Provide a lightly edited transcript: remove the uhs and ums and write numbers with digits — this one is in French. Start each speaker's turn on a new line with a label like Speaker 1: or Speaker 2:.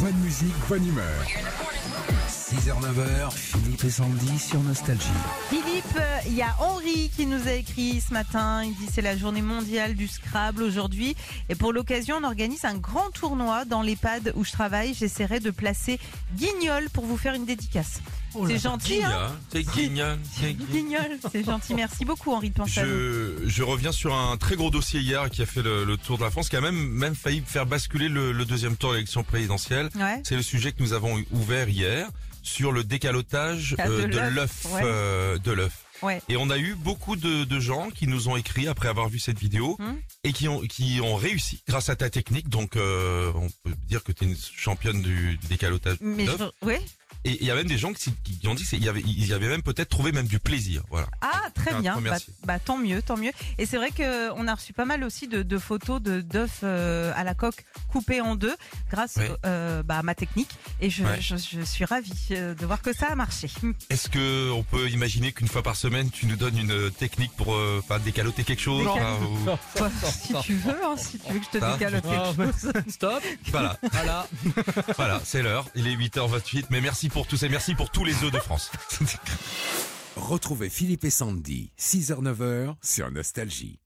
Speaker 1: Bonne musique, bonne humeur. 6h-9h, Philippe et Sandy sur Nostalgie.
Speaker 2: Philippe, il y a Henri qui nous a écrit ce matin. Il dit c'est la journée mondiale du Scrabble aujourd'hui. Et pour l'occasion, on organise un grand tournoi dans l'EHPAD où je travaille. J'essaierai de placer Guignol pour vous faire une dédicace. C'est gentil, hein?
Speaker 3: C'est Guignol.
Speaker 2: Guignol, c'est gentil. Merci beaucoup, Henri, de penser à nous.
Speaker 3: Je reviens sur un très gros dossier hier qui a fait le tour de la France, qui a même failli faire basculer le deuxième tour de l'élection présidentielle.
Speaker 2: Ouais.
Speaker 3: C'est le sujet que nous avons ouvert hier sur le décalotage de l'œuf.
Speaker 2: Ouais.
Speaker 3: Et on a eu beaucoup de gens qui nous ont écrit après avoir vu cette vidéo et qui ont réussi grâce à ta technique. Donc on peut dire que tu es une championne du décalotage d'œuf.
Speaker 2: Ouais.
Speaker 3: Et il y a même des gens qui ont dit qu'ils y avaient même peut-être trouvé même du plaisir. Voilà.
Speaker 2: Ah, très bien.
Speaker 3: Merci.
Speaker 2: Bah, tant mieux, tant mieux. Et c'est vrai que on a reçu pas mal aussi de photos d'œufs à la coque coupés en deux grâce à ma technique. Et je suis ravie de voir que ça a marché.
Speaker 3: Est-ce que on peut imaginer qu'une fois par semaine, tu nous donnes une technique pour décaloter quelque chose
Speaker 2: Si tu veux, si tu veux que je te décalote quelque chose.
Speaker 4: Stop.
Speaker 3: Voilà. Voilà, c'est l'heure. Il est 8h28. Mais merci pour tout ça. Merci pour tous les œufs de France.
Speaker 1: Retrouvez Philippe et Sandy, 6h-9h sur Nostalgie.